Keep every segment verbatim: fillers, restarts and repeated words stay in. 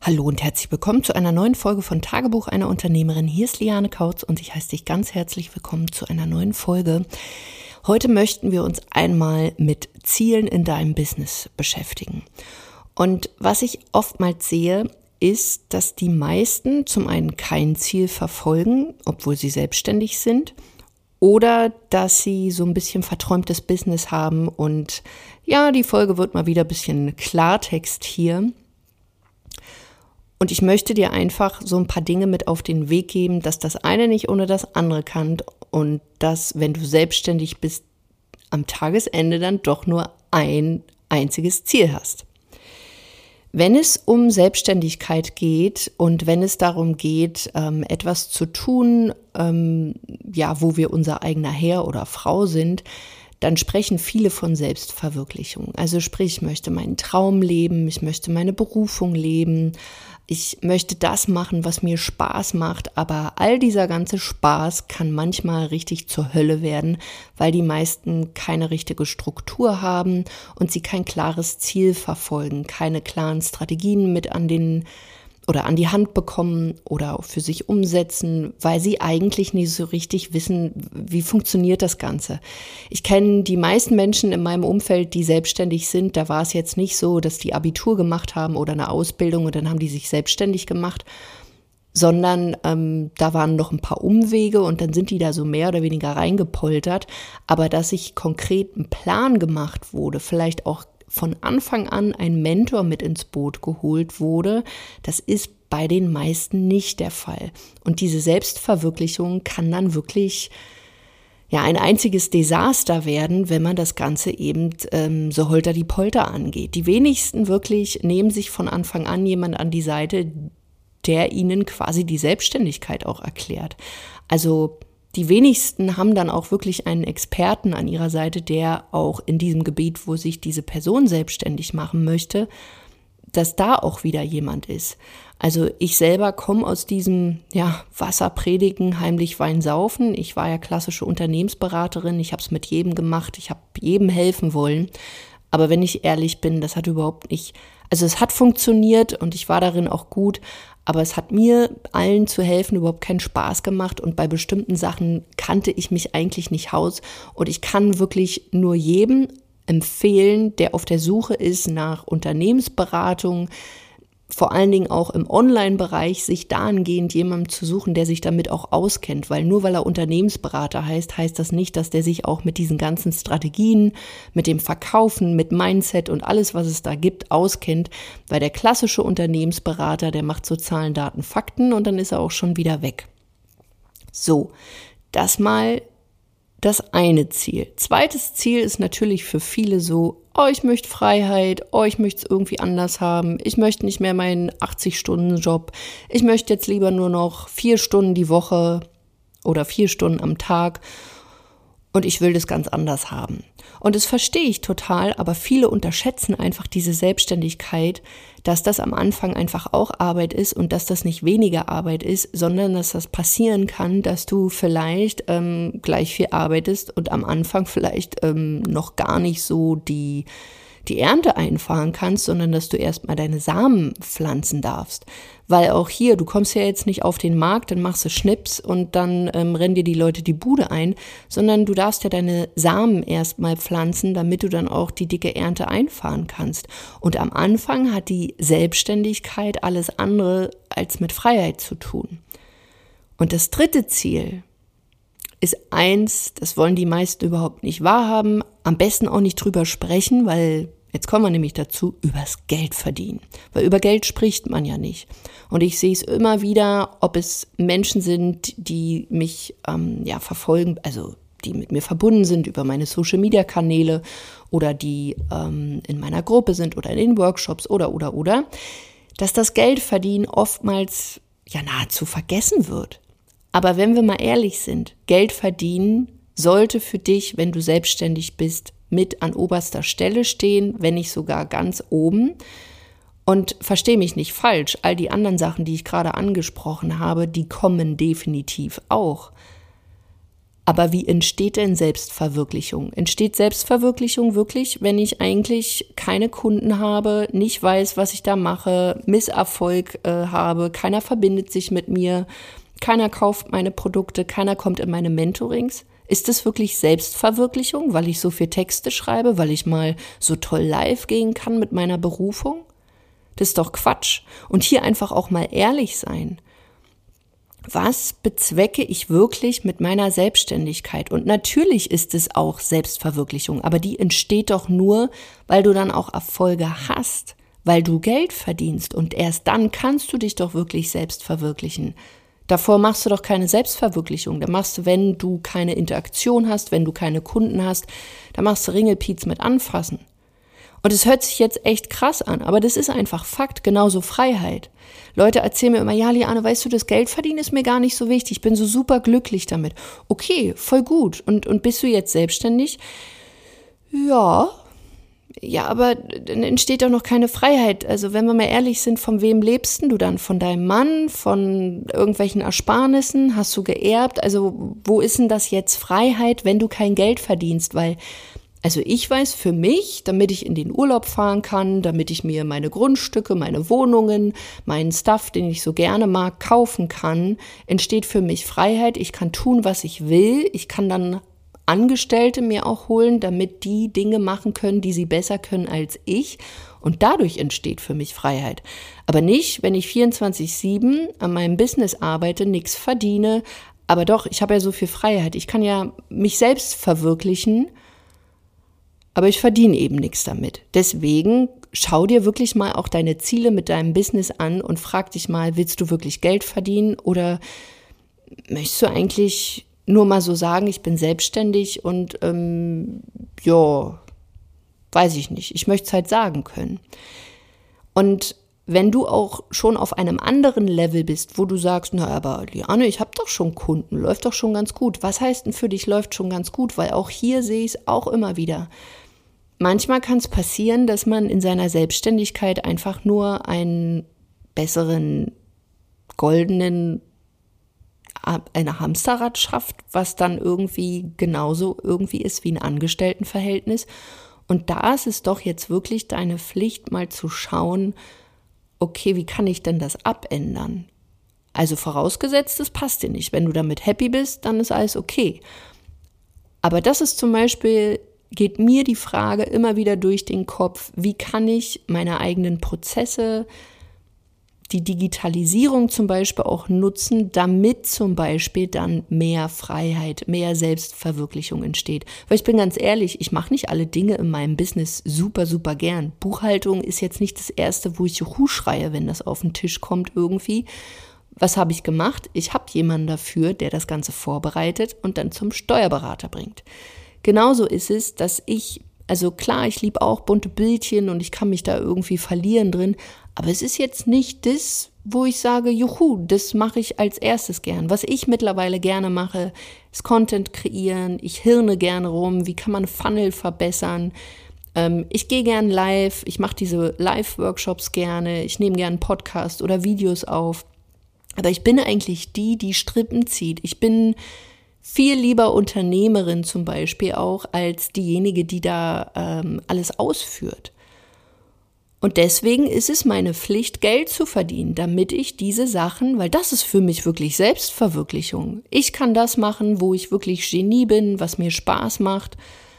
Hallo und herzlich willkommen zu einer neuen Folge von Tagebuch einer Unternehmerin. Hier ist Liane Kautz und ich heiße dich ganz herzlich willkommen zu einer neuen Folge. Heute möchten wir uns einmal mit Zielen in deinem Business beschäftigen. Und was ich oftmals sehe, ist, dass die meisten zum einen kein Ziel verfolgen, obwohl sie selbstständig sind, oder dass sie so ein bisschen verträumtes Business haben. Und ja, die Folge wird mal wieder ein bisschen Klartext hier. Und ich möchte dir einfach so ein paar Dinge mit auf den Weg geben, dass das eine nicht ohne das andere kann und dass, wenn du selbstständig bist, am Tagesende dann doch nur ein einziges Ziel hast. Wenn es um Selbstständigkeit geht und wenn es darum geht, ähm, etwas zu tun, ähm, ja, wo wir unser eigener Herr oder Frau sind, dann sprechen viele von Selbstverwirklichung. Also sprich, ich möchte meinen Traum leben, ich möchte meine Berufung leben, ich möchte das machen, was mir Spaß macht, aber all dieser ganze Spaß kann manchmal richtig zur Hölle werden, weil die meisten keine richtige Struktur haben und sie kein klares Ziel verfolgen, keine klaren Strategien mit an den oder an die Hand bekommen oder auch für sich umsetzen, weil sie eigentlich nicht so richtig wissen, wie funktioniert das Ganze. Ich kenne die meisten Menschen in meinem Umfeld, die selbstständig sind. Da war es jetzt nicht so, dass die Abitur gemacht haben oder eine Ausbildung und dann haben die sich selbstständig gemacht, sondern ähm, da waren noch ein paar Umwege und dann sind die da so mehr oder weniger reingepoltert. Aber dass sich konkret ein Plan gemacht wurde, vielleicht auch von Anfang an ein Mentor mit ins Boot geholt wurde, das ist bei den meisten nicht der Fall. Und diese Selbstverwirklichung kann dann wirklich ja ein einziges Desaster werden, wenn man das Ganze eben ähm, so holter die Polter angeht. Die wenigsten wirklich nehmen sich von Anfang an jemand an die Seite, der ihnen quasi die Selbstständigkeit auch erklärt. Also die wenigsten haben dann auch wirklich einen Experten an ihrer Seite, der auch in diesem Gebiet, wo sich diese Person selbstständig machen möchte, dass da auch wieder jemand ist. Also ich selber komme aus diesem ja, Wasser predigen, heimlich Wein saufen. Ich war ja klassische Unternehmensberaterin, ich habe es mit jedem gemacht, ich habe jedem helfen wollen. Aber wenn ich ehrlich bin, das hat überhaupt nicht, also es hat funktioniert und ich war darin auch gut, aber es hat mir, allen zu helfen, überhaupt keinen Spaß gemacht und bei bestimmten Sachen kannte ich mich eigentlich nicht aus und ich kann wirklich nur jedem empfehlen, der auf der Suche ist nach Unternehmensberatung, vor allen Dingen auch im Online-Bereich, sich dahingehend jemanden zu suchen, der sich damit auch auskennt. Weil nur weil er Unternehmensberater heißt, heißt das nicht, dass der sich auch mit diesen ganzen Strategien, mit dem Verkaufen, mit Mindset und alles, was es da gibt, auskennt. Weil der klassische Unternehmensberater, der macht so Zahlen, Daten, Fakten und dann ist er auch schon wieder weg. So, das mal das eine Ziel. Zweites Ziel ist natürlich für viele so, oh, ich möchte Freiheit, oh, ich möchte es irgendwie anders haben, ich möchte nicht mehr meinen achtzig-Stunden-Job, ich möchte jetzt lieber nur noch vier Stunden die Woche oder vier Stunden am Tag und ich will das ganz anders haben. Und das verstehe ich total, aber viele unterschätzen einfach diese Selbstständigkeit, dass das am Anfang einfach auch Arbeit ist und dass das nicht weniger Arbeit ist, sondern dass das passieren kann, dass du vielleicht ähm, gleich viel arbeitest und am Anfang vielleicht ähm, noch gar nicht so die die Ernte einfahren kannst, sondern dass du erstmal deine Samen pflanzen darfst. Weil auch hier, du kommst ja jetzt nicht auf den Markt, dann machst du Schnips und dann ähm, rennen dir die Leute die Bude ein, sondern du darfst ja deine Samen erstmal pflanzen, damit du dann auch die dicke Ernte einfahren kannst. Und am Anfang hat die Selbstständigkeit alles andere als mit Freiheit zu tun. Und das dritte Ziel ist eins, das wollen die meisten überhaupt nicht wahrhaben, am besten auch nicht drüber sprechen, weil, jetzt kommen wir nämlich dazu, übers Geld verdienen. Weil über Geld spricht man ja nicht. Und ich sehe es immer wieder, ob es Menschen sind, die mich ähm, ja verfolgen, also die mit mir verbunden sind über meine Social-Media-Kanäle oder die ähm, in meiner Gruppe sind oder in den Workshops oder, oder, oder, dass das Geldverdienen oftmals ja nahezu vergessen wird. Aber wenn wir mal ehrlich sind, Geld verdienen sollte für dich, wenn du selbstständig bist, mit an oberster Stelle stehen, wenn nicht sogar ganz oben. Und versteh mich nicht falsch, all die anderen Sachen, die ich gerade angesprochen habe, die kommen definitiv auch. Aber wie entsteht denn Selbstverwirklichung? Entsteht Selbstverwirklichung wirklich, wenn ich eigentlich keine Kunden habe, nicht weiß, was ich da mache, Misserfolg äh, habe, keiner verbindet sich mit mir, keiner kauft meine Produkte, keiner kommt in meine Mentorings? Ist es wirklich Selbstverwirklichung, weil ich so viel Texte schreibe, weil ich mal so toll live gehen kann mit meiner Berufung? Das ist doch Quatsch. Und hier einfach auch mal ehrlich sein. Was bezwecke ich wirklich mit meiner Selbstständigkeit? Und natürlich ist es auch Selbstverwirklichung, aber die entsteht doch nur, weil du dann auch Erfolge hast, weil du Geld verdienst und erst dann kannst du dich doch wirklich selbst verwirklichen. Davor machst du doch keine Selbstverwirklichung. Da machst du, wenn du keine Interaktion hast, wenn du keine Kunden hast, da machst du Ringelpiez mit anfassen. Und es hört sich jetzt echt krass an, aber das ist einfach Fakt, genauso Freiheit. Leute erzählen mir immer, ja, Liane, weißt du, das Geld verdienen ist mir gar nicht so wichtig, ich bin so super glücklich damit. Okay, voll gut. Und, und bist du jetzt selbstständig? Ja, ja, aber dann entsteht doch noch keine Freiheit. Also wenn wir mal ehrlich sind, von wem lebst du dann? Von deinem Mann? Von irgendwelchen Ersparnissen? Hast du geerbt? Also wo ist denn das jetzt Freiheit, wenn du kein Geld verdienst? Weil, also ich weiß für mich, damit ich in den Urlaub fahren kann, damit ich mir meine Grundstücke, meine Wohnungen, meinen Stuff, den ich so gerne mag, kaufen kann, entsteht für mich Freiheit. Ich kann tun, was ich will. Ich kann dann Angestellte mir auch holen, damit die Dinge machen können, die sie besser können als ich. Und dadurch entsteht für mich Freiheit. Aber nicht, wenn ich vierundzwanzig sieben an meinem Business arbeite, nichts verdiene. Aber doch, ich habe ja so viel Freiheit. Ich kann ja mich selbst verwirklichen, aber ich verdiene eben nichts damit. Deswegen schau dir wirklich mal auch deine Ziele mit deinem Business an und frag dich mal, willst du wirklich Geld verdienen oder möchtest du eigentlich nur mal so sagen, ich bin selbstständig und ähm, ja, weiß ich nicht. Ich möchte es halt sagen können. Und wenn du auch schon auf einem anderen Level bist, wo du sagst, na aber Liane, ich habe doch schon Kunden, läuft doch schon ganz gut. Was heißt denn für dich, läuft schon ganz gut? Weil auch hier sehe ich es auch immer wieder. Manchmal kann es passieren, dass man in seiner Selbstständigkeit einfach nur einen besseren, goldenen eine Hamsterrad schafft, was dann irgendwie genauso irgendwie ist wie ein Angestelltenverhältnis. Und da ist es doch jetzt wirklich deine Pflicht, mal zu schauen, okay, wie kann ich denn das abändern? Also vorausgesetzt, es passt dir nicht. Wenn du damit happy bist, dann ist alles okay. Aber das ist zum Beispiel, geht mir die Frage immer wieder durch den Kopf, wie kann ich meine eigenen Prozesse, die Digitalisierung zum Beispiel auch nutzen, damit zum Beispiel dann mehr Freiheit, mehr Selbstverwirklichung entsteht. Weil ich bin ganz ehrlich, ich mache nicht alle Dinge in meinem Business super, super gern. Buchhaltung ist jetzt nicht das Erste, wo ich Juhu schreie, wenn das auf den Tisch kommt irgendwie. Was habe ich gemacht? Ich habe jemanden dafür, der das Ganze vorbereitet und dann zum Steuerberater bringt. Genauso ist es, dass ich, also klar, ich liebe auch bunte Bildchen und ich kann mich da irgendwie verlieren drin, aber es ist jetzt nicht das, wo ich sage, juhu, das mache ich als erstes gern. Was ich mittlerweile gerne mache, ist Content kreieren, ich hirne gerne rum, wie kann man Funnel verbessern. Ähm, ich gehe gern live, ich mache diese Live-Workshops gerne, ich nehme gern Podcast oder Videos auf. Aber ich bin eigentlich die, die Strippen zieht. Ich bin viel lieber Unternehmerin zum Beispiel auch, als diejenige, die da ähm, alles ausführt. Und deswegen ist es meine Pflicht, Geld zu verdienen, damit ich diese Sachen, weil das ist für mich wirklich Selbstverwirklichung. Ich kann das machen, wo ich wirklich Genie bin, was mir Spaß macht.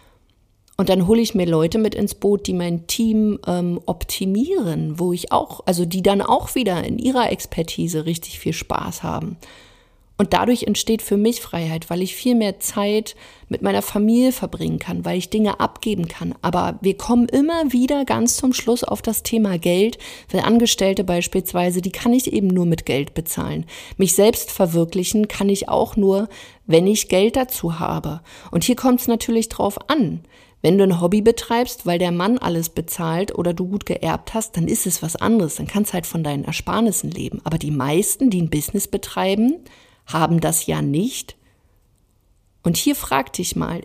Und dann hole ich mir Leute mit ins Boot, die mein Team ähm, optimieren, wo ich auch, also die dann auch wieder in ihrer Expertise richtig viel Spaß haben. Und dadurch entsteht für mich Freiheit, weil ich viel mehr Zeit mit meiner Familie verbringen kann, weil ich Dinge abgeben kann. Aber wir kommen immer wieder ganz zum Schluss auf das Thema Geld, weil Angestellte beispielsweise, die kann ich eben nur mit Geld bezahlen. Mich selbst verwirklichen kann ich auch nur, wenn ich Geld dazu habe. Und hier kommt es natürlich drauf an. Wenn du ein Hobby betreibst, weil der Mann alles bezahlt oder du gut geerbt hast, dann ist es was anderes. Dann kannst du halt von deinen Ersparnissen leben. Aber die meisten, die ein Business betreiben, haben das ja nicht. Und hier frag dich mal,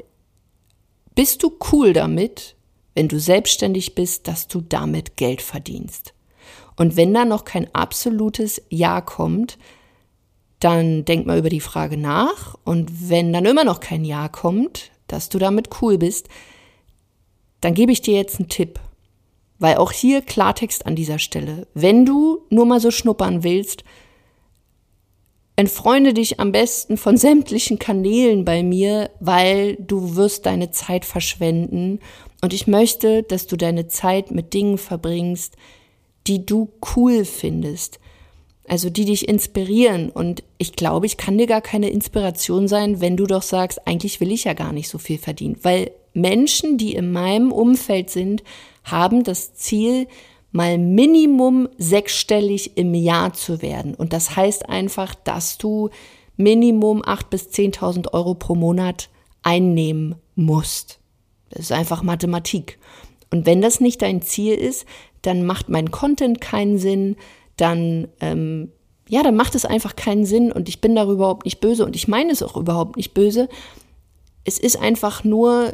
bist du cool damit, wenn du selbstständig bist, dass du damit Geld verdienst? Und wenn da noch kein absolutes Ja kommt, dann denk mal über die Frage nach. Und wenn dann immer noch kein Ja kommt, dass du damit cool bist, dann gebe ich dir jetzt einen Tipp. Weil auch hier Klartext an dieser Stelle. Wenn du nur mal so schnuppern willst, entfreunde dich am besten von sämtlichen Kanälen bei mir, weil du wirst deine Zeit verschwenden. Und ich möchte, dass du deine Zeit mit Dingen verbringst, die du cool findest. Also die dich inspirieren. Und ich glaube, ich kann dir gar keine Inspiration sein, wenn du doch sagst, eigentlich will ich ja gar nicht so viel verdienen. Weil Menschen, die in meinem Umfeld sind, haben das Ziel, mal Minimum sechsstellig im Jahr zu werden. Und das heißt einfach, dass du Minimum achttausend bis zehntausend Euro pro Monat einnehmen musst. Das ist einfach Mathematik. Und wenn das nicht dein Ziel ist, dann macht mein Content keinen Sinn, dann, ähm, ja, dann macht es einfach keinen Sinn und ich bin darüber überhaupt nicht böse und ich meine es auch überhaupt nicht böse. Es ist einfach nur,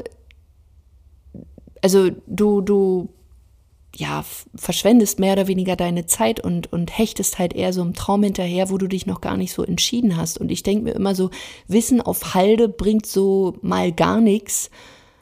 also du, du, ja, verschwendest mehr oder weniger deine Zeit und, und hechtest halt eher so einem Traum hinterher, wo du dich noch gar nicht so entschieden hast. Und ich denke mir immer so, Wissen auf Halde bringt so mal gar nichts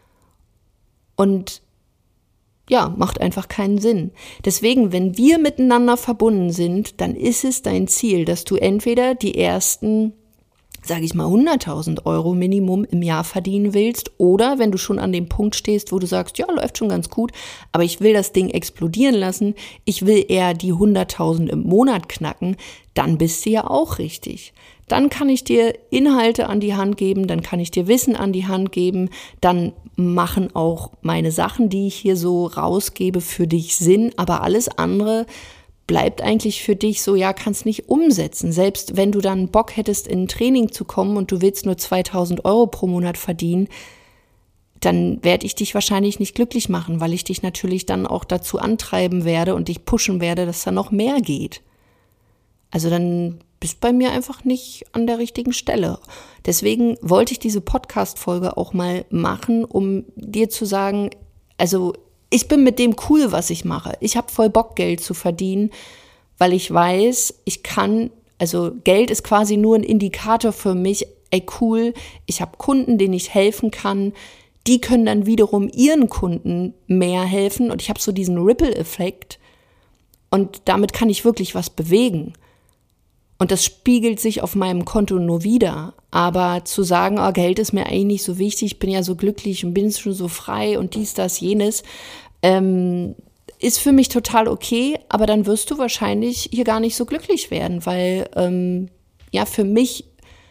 und ja, macht einfach keinen Sinn. Deswegen, wenn wir miteinander verbunden sind, dann ist es dein Ziel, dass du entweder die ersten, sage ich mal, hunderttausend Euro Minimum im Jahr verdienen willst oder wenn du schon an dem Punkt stehst, wo du sagst, ja, läuft schon ganz gut, aber ich will das Ding explodieren lassen, ich will eher die hunderttausend im Monat knacken, dann bist du ja auch richtig. Dann kann ich dir Inhalte an die Hand geben, dann kann ich dir Wissen an die Hand geben, dann machen auch meine Sachen, die ich hier so rausgebe, für dich Sinn, aber alles andere bleibt eigentlich für dich so, ja, kannst nicht umsetzen. Selbst wenn du dann Bock hättest, in ein Training zu kommen und du willst nur zweitausend Euro pro Monat verdienen, dann werde ich dich wahrscheinlich nicht glücklich machen, weil ich dich natürlich dann auch dazu antreiben werde und dich pushen werde, dass da noch mehr geht. Also dann bist bei mir einfach nicht an der richtigen Stelle. Deswegen wollte ich diese Podcast-Folge auch mal machen, um dir zu sagen, also ich bin mit dem cool, was ich mache. Ich habe voll Bock, Geld zu verdienen, weil ich weiß, ich kann, also Geld ist quasi nur ein Indikator für mich, ey cool, ich habe Kunden, denen ich helfen kann, die können dann wiederum ihren Kunden mehr helfen und ich habe so diesen Ripple-Effekt und damit kann ich wirklich was bewegen. Und das spiegelt sich auf meinem Konto nur wieder. Aber zu sagen, oh, Geld ist mir eigentlich nicht so wichtig, ich bin ja so glücklich und bin schon so frei und dies, das, jenes, ähm, ist für mich total okay. Aber dann wirst du wahrscheinlich hier gar nicht so glücklich werden, weil ähm, ja, für mich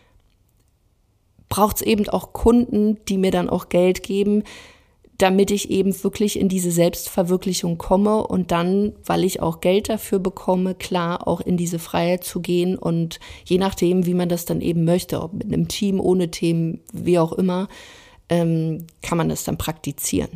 braucht es eben auch Kunden, die mir dann auch Geld geben, damit ich eben wirklich in diese Selbstverwirklichung komme und dann, weil ich auch Geld dafür bekomme, klar auch in diese Freiheit zu gehen und je nachdem, wie man das dann eben möchte, ob mit einem Team, ohne Team, wie auch immer, ähm, kann man das dann praktizieren.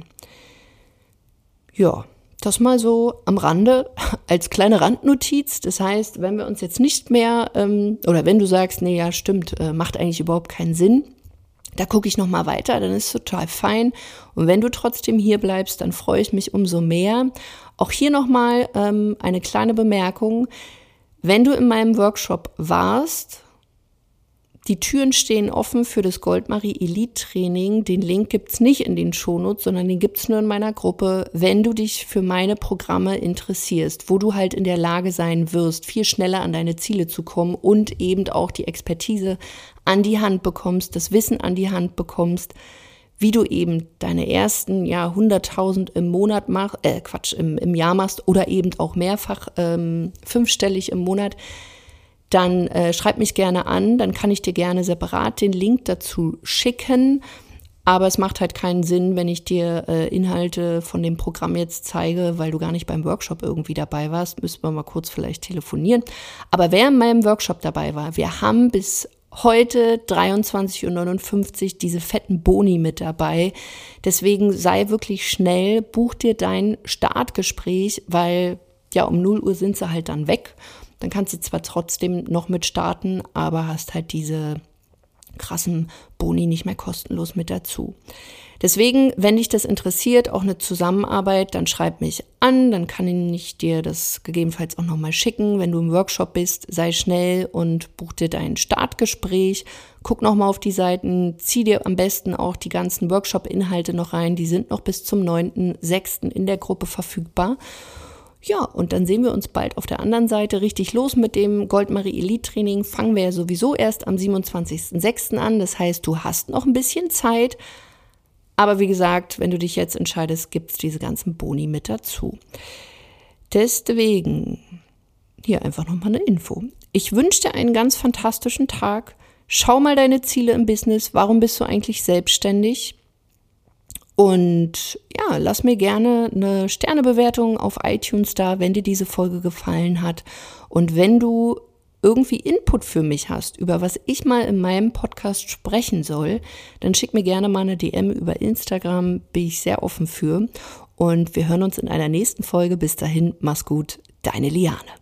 Ja, das mal so am Rande als kleine Randnotiz. Das heißt, wenn wir uns jetzt nicht mehr, ähm, oder wenn du sagst, nee, ja stimmt, äh, macht eigentlich überhaupt keinen Sinn, da gucke ich nochmal weiter, dann ist es total fein. Und wenn du trotzdem hier bleibst, dann freue ich mich umso mehr. Auch hier nochmal ähm, eine kleine Bemerkung. Wenn du in meinem Workshop warst, die Türen stehen offen für das Goldmarie Elite Training. Den Link gibt's nicht in den Shownotes, sondern den gibt's nur in meiner Gruppe. Wenn du dich für meine Programme interessierst, wo du halt in der Lage sein wirst, viel schneller an deine Ziele zu kommen und eben auch die Expertise an die Hand bekommst, das Wissen an die Hand bekommst, wie du eben deine ersten ja hunderttausend im Monat machst, äh Quatsch, im, im Jahr machst oder eben auch mehrfach ähm, fünfstellig im Monat, dann äh, schreib mich gerne an, dann kann ich dir gerne separat den Link dazu schicken. Aber es macht halt keinen Sinn, wenn ich dir äh, Inhalte von dem Programm jetzt zeige, weil du gar nicht beim Workshop irgendwie dabei warst. Müssen wir mal kurz vielleicht telefonieren. Aber wer in meinem Workshop dabei war, wir haben bis heute dreiundzwanzig Uhr neunundfünfzig diese fetten Boni mit dabei. Deswegen sei wirklich schnell, buch dir dein Startgespräch, weil ja um null Uhr sind sie halt dann weg. Dann kannst du zwar trotzdem noch mit starten, aber hast halt diese krassen Boni nicht mehr kostenlos mit dazu. Deswegen, wenn dich das interessiert, auch eine Zusammenarbeit, dann schreib mich an, dann kann ich dir das gegebenenfalls auch nochmal schicken. Wenn du im Workshop bist, sei schnell und buch dir dein Startgespräch. Guck nochmal auf die Seiten, zieh dir am besten auch die ganzen Workshop-Inhalte noch rein. Die sind noch bis zum neunten sechsten in der Gruppe verfügbar. Ja, und dann sehen wir uns bald auf der anderen Seite richtig los mit dem Goldmarie Elite Training. Fangen wir ja sowieso erst am siebenundzwanzigsten sechsten an. Das heißt, du hast noch ein bisschen Zeit. Aber wie gesagt, wenn du dich jetzt entscheidest, gibt es diese ganzen Boni mit dazu. Deswegen hier einfach nochmal eine Info. Ich wünsche dir einen ganz fantastischen Tag. Schau mal deine Ziele im Business. Warum bist du eigentlich selbstständig? Und ja, lass mir gerne eine Sternebewertung auf iTunes da, wenn dir diese Folge gefallen hat. Und wenn du irgendwie Input für mich hast, über was ich mal in meinem Podcast sprechen soll, dann schick mir gerne mal eine D M über Instagram, bin ich sehr offen für. Und wir hören uns in einer nächsten Folge. Bis dahin, mach's gut, deine Liane.